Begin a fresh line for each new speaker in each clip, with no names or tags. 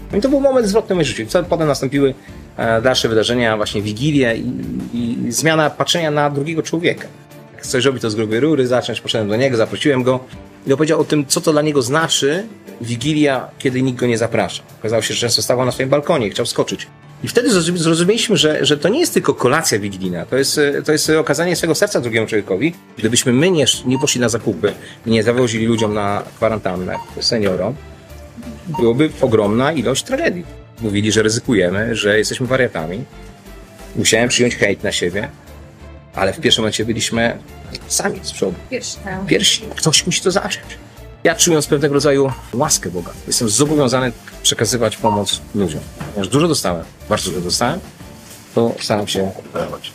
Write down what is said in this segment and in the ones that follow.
No i to był moment zwrotny w moim życiu. Potem nastąpiły dalsze wydarzenia, właśnie Wigilie i zmiana patrzenia na drugiego człowieka. Jak coś robi to z grubej rury, poszedłem do niego, zaprosiłem go i opowiedział o tym, co to dla niego znaczy Wigilia, kiedy nikt go nie zaprasza. Okazało się, że często stawał na swoim balkonie i chciał skoczyć. I wtedy zrozumieliśmy, że to nie jest tylko kolacja wigilijna, to jest okazanie swego serca drugiemu człowiekowi. Gdybyśmy my nie poszli na zakupy i nie zawozili ludziom na kwarantannę, seniorom, byłoby ogromna ilość tragedii. Mówili, że ryzykujemy, że jesteśmy wariatami. Musiałem przyjąć hejt na siebie, ale w pierwszym momencie byliśmy sami z przodu. Pierwsi. Ktoś musi to zacząć. Ja, czując pewnego rodzaju łaskę Boga, jestem zobowiązany przekazywać pomoc ludziom. Ponieważ dużo dostałem, bardzo dużo dostałem, to staram się dawać.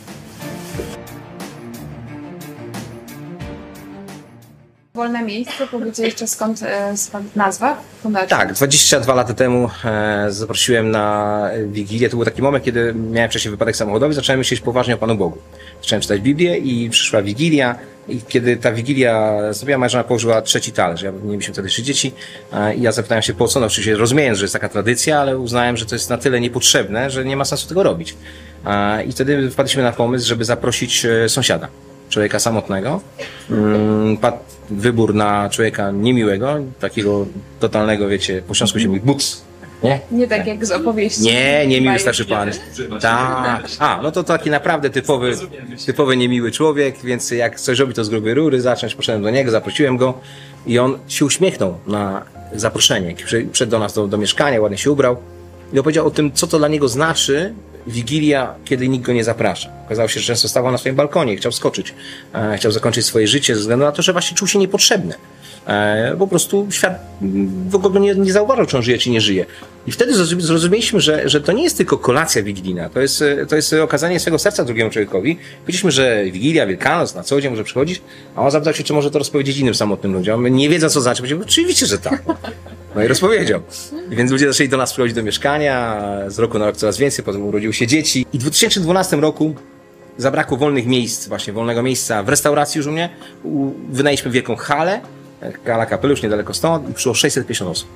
Wolne miejsce, powiedzcie jeszcze skąd nazwa fundacji?
Tak, 22 lata temu zaprosiłem na Wigilię. To był taki moment, kiedy miałem wcześniej wypadek samochodowy, zacząłem myśleć poważnie o Panu Bogu. Zacząłem czytać Biblię i przyszła Wigilia. I kiedy ta Wigilia zrobiła, moja żona położyła 3. talerz. Nie mieliśmy wtedy 3 dzieci. I ja zapytałem się po co. No oczywiście rozumiejąc, że jest taka tradycja, ale uznałem, że to jest na tyle niepotrzebne, że nie ma sensu tego robić. I wtedy wpadliśmy na pomysł, żeby zaprosić sąsiada. Człowieka samotnego. Padł wybór na człowieka niemiłego, takiego totalnego, wiecie, po śląsku się mówi buc.
Nie tak jak z opowieści.
Nie miły starszy pan. Tak. No to taki naprawdę typowy niemiły człowiek, więc jak coś robi to z grubej rury, poszedłem do niego, zaprosiłem go i on się uśmiechnął na zaproszenie. Przyszedł do nas do mieszkania, ładnie się ubrał i opowiedział o tym, co to dla niego znaczy Wigilia, kiedy nikt go nie zaprasza. Okazało się, że często stawał na swoim balkonie i chciał skoczyć. Chciał zakończyć swoje życie ze względu na to, że właśnie czuł się niepotrzebny. Po prostu świat w ogóle nie zauważył, czy on żyje, czy nie żyje. I wtedy zrozumieliśmy, że to nie jest tylko kolacja wigilijna, to jest okazanie swego serca drugiemu człowiekowi. Powiedzieliśmy, że Wigilia, Wielkanoc na co dzień może przychodzić, a on zapytał się, czy może to rozpowiedzieć innym samotnym ludziom. Nie wiedząc, co znaczy, powiedział, oczywiście, że tak. No i rozpowiedział. I więc ludzie zaczęli do nas przychodzić do mieszkania, z roku na rok coraz więcej, potem urodziły się dzieci. I w 2012 roku zabrakło wolnych miejsc, właśnie wolnego miejsca w restauracji już u mnie. Wynajęliśmy wielką halę, Hala Kapelusz, niedaleko stąd, i przyszło 650 osób.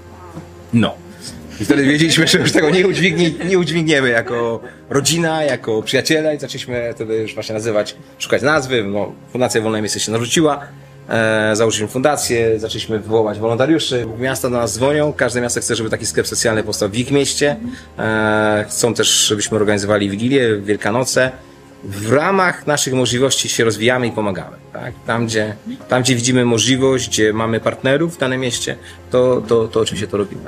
No. I wtedy wiedzieliśmy, że już tego nie udźwigniemy jako rodzina, jako przyjaciele i zaczęliśmy wtedy już właśnie szukać nazwy. No, Fundacja Wolne Miejsce się narzuciła. Założyliśmy fundację, zaczęliśmy wywołać wolontariuszy. Miasta do nas dzwonią, każde miasto chce, żeby taki sklep socjalny powstał w ich mieście. Chcą też, żebyśmy organizowali Wigilię, Wielkanoce. W ramach naszych możliwości się rozwijamy i pomagamy. Tak? Tam, gdzie widzimy możliwość, gdzie mamy partnerów w danym mieście, to oczywiście to robimy.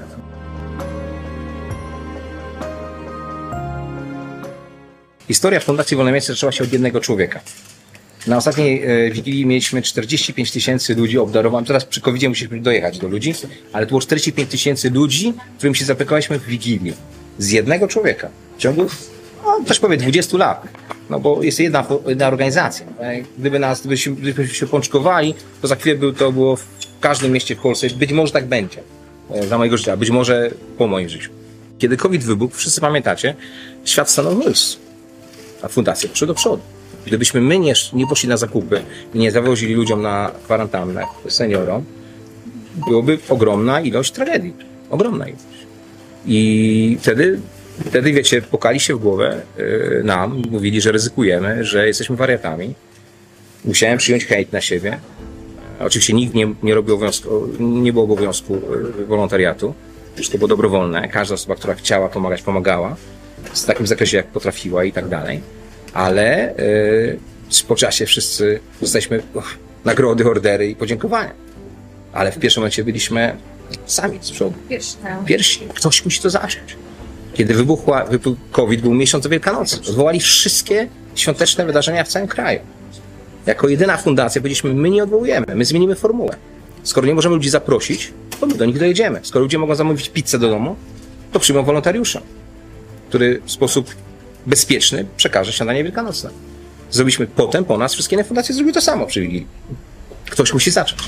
Historia Fundacji Wolne Miejsce zaczęła się od jednego człowieka. Na ostatniej Wigilii mieliśmy 45 000 ludzi obdarowanych. Teraz przy COVID-zie musieliśmy dojechać do ludzi, ale to było 45 000 ludzi, którym się zaopiekowaliśmy w Wigilii. Z jednego człowieka. W ciągu, też powie 20 lat. No bo jest jedna organizacja. Gdybyśmy się pączkowali, to za chwilę to było w każdym mieście w Polsce. Być może tak będzie za mojego życia, być może po moim życiu. Kiedy COVID wybuchł, wszyscy pamiętacie, świat stanął w miejscu, a fundacja poszła do przodu. Gdybyśmy my nie poszli na zakupy i nie zawozili ludziom na kwarantannę, seniorom, byłoby ogromna ilość tragedii. Ogromna ilość. I wtedy, wiecie, pukali się w głowę nam, mówili, że ryzykujemy, że jesteśmy wariatami. Musiałem przyjąć hejt na siebie. Oczywiście nikt nie było obowiązku wolontariatu. Już to było dobrowolne. Każda osoba, która chciała pomagać, pomagała. W takim zakresie, jak potrafiła i tak dalej. Ale po czasie wszyscy dostaliśmy nagrody, ordery i podziękowania. Ale w pierwszym momencie byliśmy sami z przodu. Pierwsi. Ktoś musi to zacząć. Kiedy wybuchł COVID, był miesiąc do Wielkanocy. Odwołali wszystkie świąteczne wydarzenia w całym kraju. Jako jedyna fundacja powiedzieliśmy, my nie odwołujemy, my zmienimy formułę. Skoro nie możemy ludzi zaprosić, to my do nich dojedziemy. Skoro ludzie mogą zamówić pizzę do domu, to przyjmą wolontariusza, który w sposób bezpieczny przekaże śniadanie wielkanocne. Zrobiliśmy potem po nas, wszystkie inne fundacje zrobiły to samo przy Wigilii. Ktoś musi zacząć.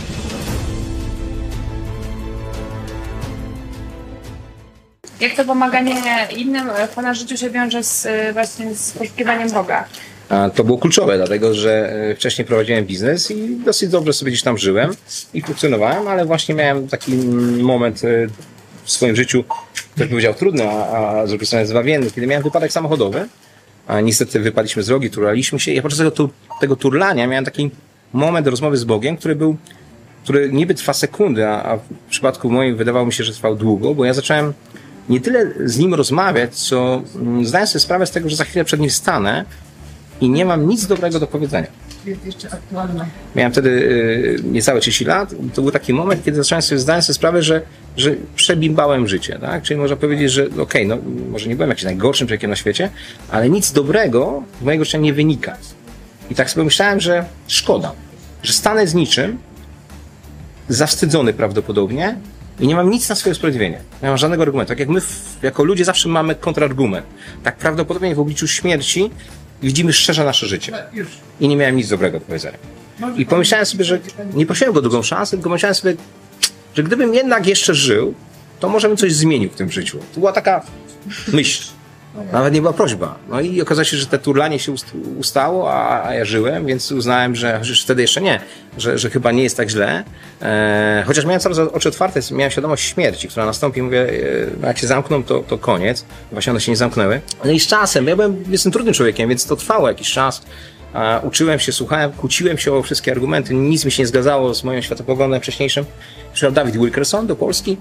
Jak to pomaganie innym w Pana życiu się wiąże właśnie z poszukiwaniem Boga?
To było kluczowe, dlatego że wcześniej prowadziłem biznes i dosyć dobrze sobie gdzieś tam żyłem i funkcjonowałem, ale właśnie miałem taki moment w swoim życiu ktoś by powiedział trudno, a z drugiej strony zbawienny. Kiedy miałem wypadek samochodowy, a niestety wypadliśmy z drogi, turlaliśmy się. Ja podczas tego turlania miałem taki moment rozmowy z Bogiem, który niby trwa sekundy, a w przypadku moim wydawało mi się, że trwał długo, bo ja zacząłem nie tyle z nim rozmawiać, co zdałem sobie sprawę z tego, że za chwilę przed nim stanę i nie mam nic dobrego do powiedzenia.
Jest jeszcze aktualne.
Miałem wtedy niecałe 30 lat. To był taki moment, kiedy zdałem sobie sprawę, że przebimbałem życie. Tak? Czyli można powiedzieć, że okej, no może nie byłem jakimś najgorszym człowiekiem na świecie, ale nic dobrego z mojego życia nie wynika. I tak sobie myślałem, że szkoda, że stanę z niczym, zawstydzony prawdopodobnie i nie mam nic na swoje usprawiedliwienie. Nie mam żadnego argumentu. Tak jak my jako ludzie zawsze mamy kontrargument. Tak prawdopodobnie w obliczu śmierci widzimy szczerze nasze życie. I nie miałem nic dobrego do powiedzenia. I pomyślałem sobie, że nie prosiłem go o drugą szansę, tylko pomyślałem sobie, że gdybym jednak jeszcze żył, to może bym coś zmienił w tym życiu. To była taka myśl. Nawet nie była prośba. No i okazało się, że te turlanie się ustało, a ja żyłem, więc uznałem, że już wtedy jeszcze nie, że chyba nie jest tak źle. Chociaż miałem cały czas oczy otwarte, miałem świadomość śmierci, która nastąpi. Mówię, jak się zamkną, to koniec. Właśnie one się nie zamknęły. No i z czasem, jestem trudnym człowiekiem, więc to trwało jakiś czas. Uczyłem się, słuchałem, kłóciłem się o wszystkie argumenty, nic mi się nie zgadzało z moim światopoglądem wcześniejszym. Przyszedł David Wilkerson do Polski.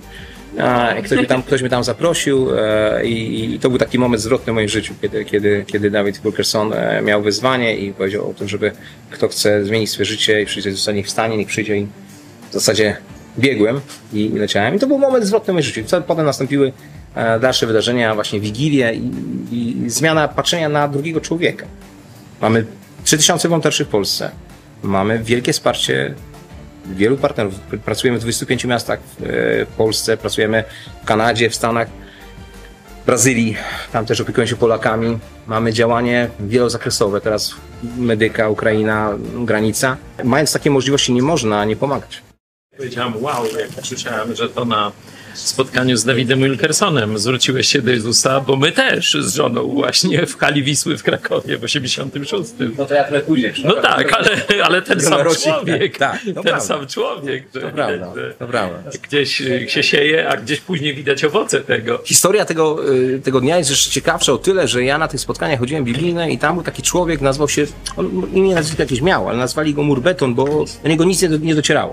Ktoś mnie tam zaprosił i to był taki moment zwrotny w moim życiu, kiedy David Wilkerson miał wyzwanie i powiedział o tym, żeby kto chce zmienić swoje życie i przyjdzie, niech wstanie, niech przyjdzie i w zasadzie biegłem i leciałem. I to był moment zwrotny w moim życiu. Potem nastąpiły dalsze wydarzenia, właśnie Wigilie i zmiana patrzenia na drugiego człowieka. Mamy 3000 wolontariuszy w Polsce, mamy wielkie wsparcie wielu partnerów. Pracujemy w 25 miastach w Polsce, pracujemy w Kanadzie, w Stanach, w Brazylii. Tam też opiekują się Polakami. Mamy działanie wielozakresowe. Teraz Medyka, Ukraina, granica. Mając takie możliwości nie można nie pomagać.
Powiedziałam, wow, jak słyszałem, że to na spotkaniu z Davidem Wilkersonem zwróciłeś się do Jezusa, bo my też z żoną właśnie w hali Wisły w Krakowie w 86.
No to ja trochę później.
No tak, ale ten sam człowiek,
tak,
sam człowiek, że
to prawda.
Gdzieś się sieje, a gdzieś później widać owoce tego.
Historia tego dnia jest jeszcze ciekawsza o tyle, że ja na tych spotkaniach chodziłem biblijne i tam był taki człowiek, nazywał się, on imię nazwisko jakieś miał, ale nazwali go Murbeton, bo do niego nic nie docierało.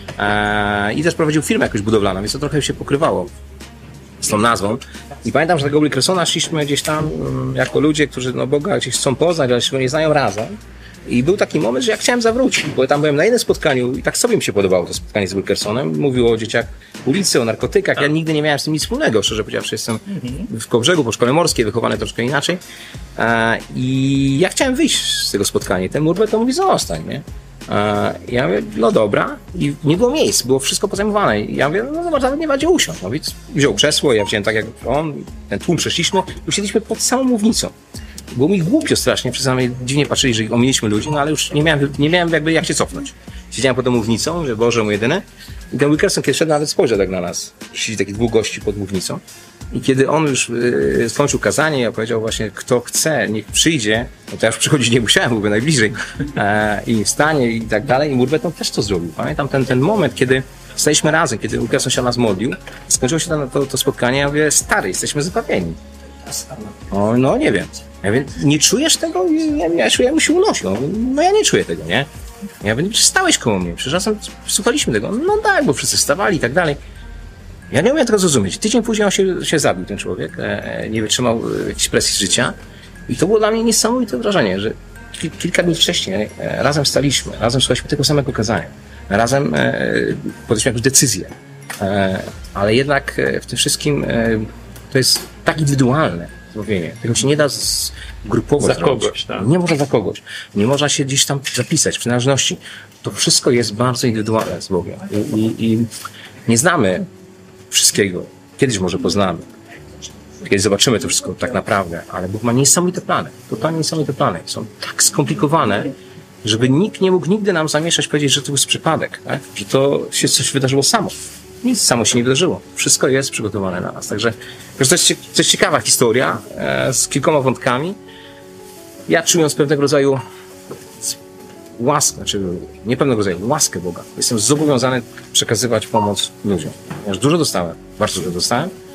I też prowadził firmę jakoś budowlaną, więc to trochę się pokrywało z tą nazwą. I pamiętam, że tego Wilkersona szliśmy gdzieś tam jako ludzie, którzy Boga gdzieś chcą poznać, ale się go nie znają razem. I był taki moment, że ja chciałem zawrócić, bo tam byłem na jednym spotkaniu i tak sobie mi się podobało to spotkanie z Wilkersonem. Mówił o dzieciach ulicy, o narkotykach. Ja nigdy nie miałem z tym nic wspólnego, szczerze powiedziawszy. Jestem w Kołbrzegu, po szkole morskiej, wychowany troszkę inaczej. I ja chciałem wyjść z tego spotkania. Ten Murbet to mówi, zostań, nie? Ja mówię, no dobra. I nie było miejsc, było wszystko pozajmowane. I ja mówię, no zobacz, nawet nie ma gdzie usiąść. No więc wziął krzesło, ja wziąłem tak jak on, ten tłum przeszliśmy, usiedliśmy pod samą mównicą. Było mi głupio strasznie, wszyscy na mnie dziwnie patrzyli, że omiliśmy ludzi, no ale już nie miałem jakby jak się cofnąć. Siedziałem pod tą mównicą, że Boże mój jedyny. I ten Wilkerson, kiedy szedł, nawet spojrzał tak na nas. Siedzi takich dwóch gości pod mównicą. I kiedy on już skończył kazanie, ja powiedział właśnie, kto chce, niech przyjdzie, no to ja już przychodzić nie musiałem, byłby najbliżej, i wstanie i tak dalej. I Murbeton też to zrobił. Pamiętam ten moment, kiedy staliśmy razem, kiedy Wilkerson się nas modlił, skończyło się to spotkanie, ja mówię, stary, jesteśmy zabawieni. No nie wiem. Ja mówię, nie czujesz tego? Ja czuję, jakbym się unosił. No ja nie czuję tego, nie? Ja mówię, stałeś koło mnie, przecież razem słuchaliśmy tego. No tak, bo wszyscy wstawali i tak dalej. Ja nie umiem tego zrozumieć. Tydzień później on się zabił, ten człowiek. Nie wytrzymał jakiejś presji życia. I to było dla mnie niesamowite wrażenie, że kilka dni wcześniej razem staliśmy, razem słuchaliśmy tego samego kazania. Razem podjęliśmy jakąś decyzję. Ale jednak w tym wszystkim to jest tak indywidualne zbawienie. Tego się nie da grupowo
za
zrobić.
Kogoś, tak?
Nie można za kogoś. Nie można się gdzieś tam zapisać w przynależności. To wszystko jest bardzo indywidualne z Bogiem. I nie znamy wszystkiego. Kiedyś może poznamy. Kiedy zobaczymy to wszystko tak naprawdę. Ale Bóg ma niesamowite plany. Totalnie niesamowite plany. Są tak skomplikowane, żeby nikt nie mógł nigdy nam zamieszać, powiedzieć, że to jest przypadek. Tak? Że to się coś wydarzyło samo. Nic samo się nie wydarzyło. Wszystko jest przygotowane na nas. Także to jest ciekawa historia z kilkoma wątkami. Ja czując pewnego rodzaju łaskę, znaczy nie pewnego rodzaju, łaskę Boga. Jestem zobowiązany przekazywać pomoc ludziom. Ponieważ dużo dostałem, bardzo dużo dostałem,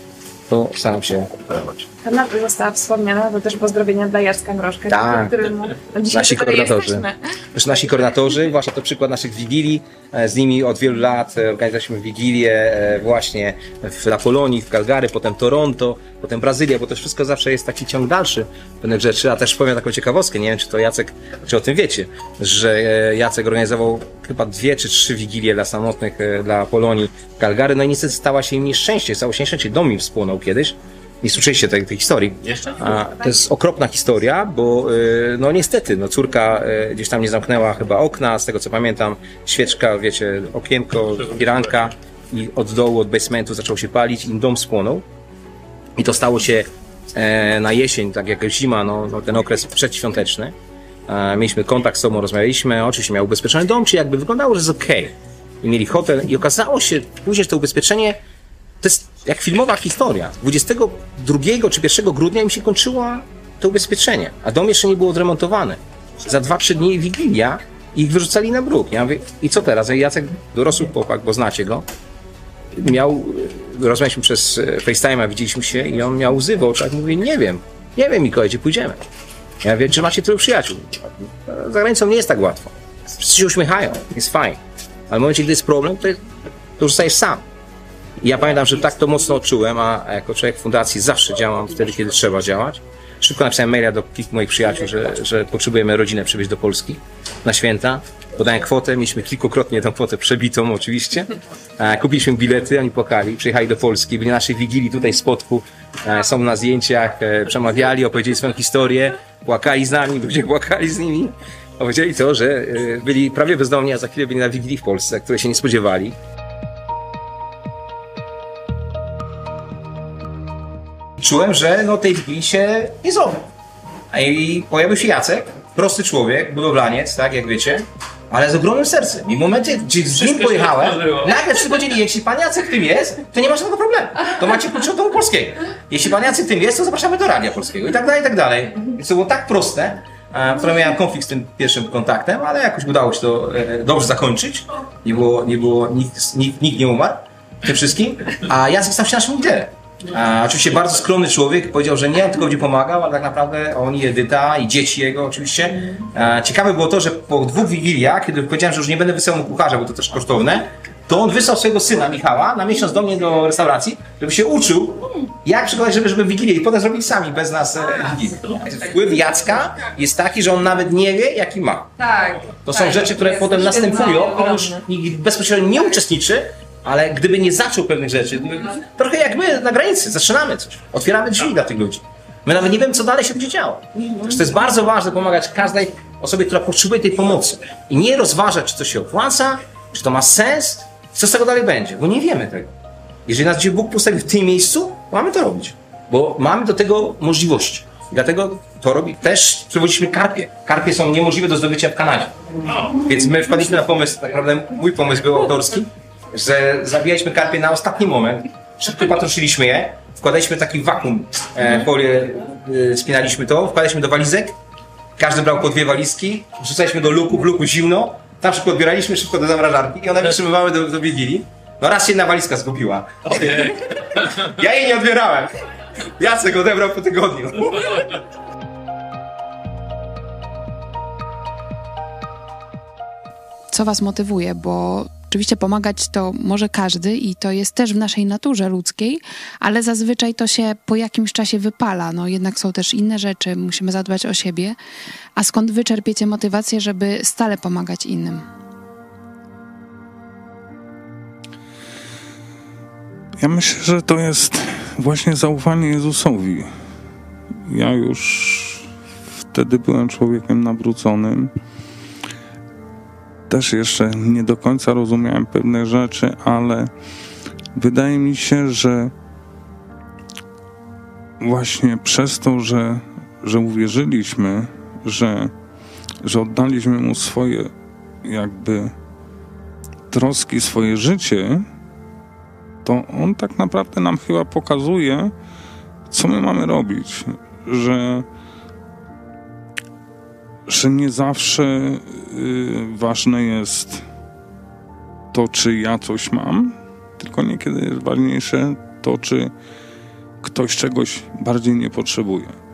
to staram się darować.
Kanapy została wspomniana, to też pozdrowienia dla Jacka Groszka,
Tak.
któremu dzisiaj
Nasi
tutaj
koordynatorzy.
jesteśmy.
Też nasi koordynatorzy, właśnie to przykład naszych wigilii. Z nimi od wielu lat organizowaliśmy wigilię właśnie na Polonii, w Calgary, potem Toronto, potem Brazylia, bo to wszystko zawsze jest taki ciąg dalszy pewnych rzeczy. A też powiem taką ciekawostkę, nie wiem czy to Jacek, czy o tym wiecie, że Jacek organizował chyba 2 czy 3 wigilie dla samotnych dla Polonii w Calgary. No i niestety stało się im nieszczęście, dom im spłonął kiedyś. Nie słyszeliście tej historii. To jest okropna historia, bo no niestety, no córka gdzieś tam nie zamknęła chyba okna, z tego co pamiętam, świeczka, wiecie, okienko, firanka i od dołu, od basementu zaczął się palić i im dom spłonął. I to stało się na jesień, tak jak zima, no ten okres przedświąteczny. Mieliśmy kontakt z sobą, rozmawialiśmy, oczywiście miał ubezpieczony dom, czy jakby wyglądało, że jest okej. I mieli hotel i okazało się później, że to ubezpieczenie to jest jak filmowa historia. 22 czy 1 grudnia im się kończyło to ubezpieczenie, a dom jeszcze nie był odremontowany. Za 2-3 dni Wigilia i ich wyrzucali na bruk. Ja mówię, i co teraz? I Jacek, dorosły chłopak, bo znacie go, rozmawialiśmy przez FaceTime'a, widzieliśmy się i on miał łzy w oczach. Mówi, nie wiem Mikołaj, gdzie pójdziemy? Ja mówię, czy macie tylu przyjaciół? Za granicą nie jest tak łatwo. Wszyscy się uśmiechają, jest fajnie. Ale w momencie, gdy jest problem, to już zostajesz sam. I ja pamiętam, że tak to mocno odczułem, a jako człowiek w fundacji zawsze działam wtedy, kiedy trzeba działać. Szybko napisałem maila do kilku moich przyjaciół, że potrzebujemy rodzinę przywieźć do Polski na święta. Podałem kwotę, mieliśmy kilkukrotnie tę kwotę przebitą oczywiście. Kupiliśmy bilety, oni płakali, przyjechali do Polski, byli na naszej wigilii tutaj w Spodku, są na zdjęciach, przemawiali, opowiedzieli swoją historię, płakali z nami, ludzie płakali z nimi. Opowiedzieli to, że byli prawie bezdomni, a za chwilę byli na wigilii w Polsce, której się nie spodziewali. Czułem, że no tej wigilii się nie zrobię. I pojawił się Jacek, prosty człowiek, budowlaniec, tak jak wiecie, ale z ogromnym sercem. I w momencie, gdzie z nim pojechałem, nagle wszyscy powiedzieli, jeśli pan Jacek tym jest, to nie ma żadnego problemu. To macie klucze od domu polskiego. Jeśli pan Jacek tym jest, to zapraszamy do radia polskiego. I tak dalej, i tak dalej. Więc to było tak proste, które miałem konflikt z tym pierwszym kontaktem, ale jakoś udało się to dobrze zakończyć. Nikt nie umarł w tym wszystkim. A Jacek stał się naszym liderem. Oczywiście bardzo skromny człowiek, powiedział, że nie, on tylko będzie pomagał, ale tak naprawdę on i Edyta i dzieci jego oczywiście. Ciekawe było to, że po 2 wigiliach, kiedy powiedziałem, że już nie będę wysyłał mu kucharza, bo to też kosztowne, to on wysłał swojego syna Michała na miesiąc do mnie do restauracji, żeby się uczył, jak przygotować, żeby Wigilię i potem zrobili sami, bez nas Wigilię. Wpływ Jacka jest taki, że on nawet nie wie, jaki ma.
Tak.
To są rzeczy, które potem następują, on już bezpośrednio nie uczestniczy, ale gdyby nie zaczął pewnych rzeczy, trochę jak my na granicy, zaczynamy coś, otwieramy drzwi dla tych ludzi. My nawet nie wiemy, co dalej się będzie działo. To jest bardzo ważne pomagać każdej osobie, która potrzebuje tej pomocy. I nie rozważać, czy to się opłaca, czy to ma sens, co z tego dalej będzie, bo nie wiemy tego. Jeżeli nas Bóg postawi w tym miejscu, mamy to robić, bo mamy do tego możliwości. I dlatego to robi. Też przywoziliśmy karpie. Karpie są niemożliwe do zdobycia w Kanadzie. Więc my wpadliśmy na pomysł, tak naprawdę mój pomysł był autorski, że zabijaliśmy karpie na ostatni moment, szybko patroszyliśmy je, wkładaliśmy taki wakum, folię, spinaliśmy to, wkładaliśmy do walizek, każdy brał po 2 walizki, wrzucaliśmy do luku, w luku zimno, tam szybko odbieraliśmy, szybko do zamrażarki i one wytrzymywały do Wigilii. No raz się jedna walizka zgubiła. Ja jej nie odbierałem. Jacek odebrał po tygodniu.
Co was motywuje, bo oczywiście pomagać to może każdy i to jest też w naszej naturze ludzkiej, ale zazwyczaj to się po jakimś czasie wypala. No jednak są też inne rzeczy, musimy zadbać o siebie. A skąd wy czerpiecie motywację, żeby stale pomagać innym?
Ja myślę, że to jest właśnie zaufanie Jezusowi. Ja już wtedy byłem człowiekiem nawróconym. Też jeszcze nie do końca rozumiałem pewne rzeczy, ale wydaje mi się, że właśnie przez to, że uwierzyliśmy, że oddaliśmy Mu swoje jakby troski, swoje życie, to On tak naprawdę nam chyba pokazuje, co my mamy robić, że nie zawsze ważne jest to, czy ja coś mam, tylko niekiedy jest ważniejsze to, czy ktoś czegoś bardziej nie potrzebuje.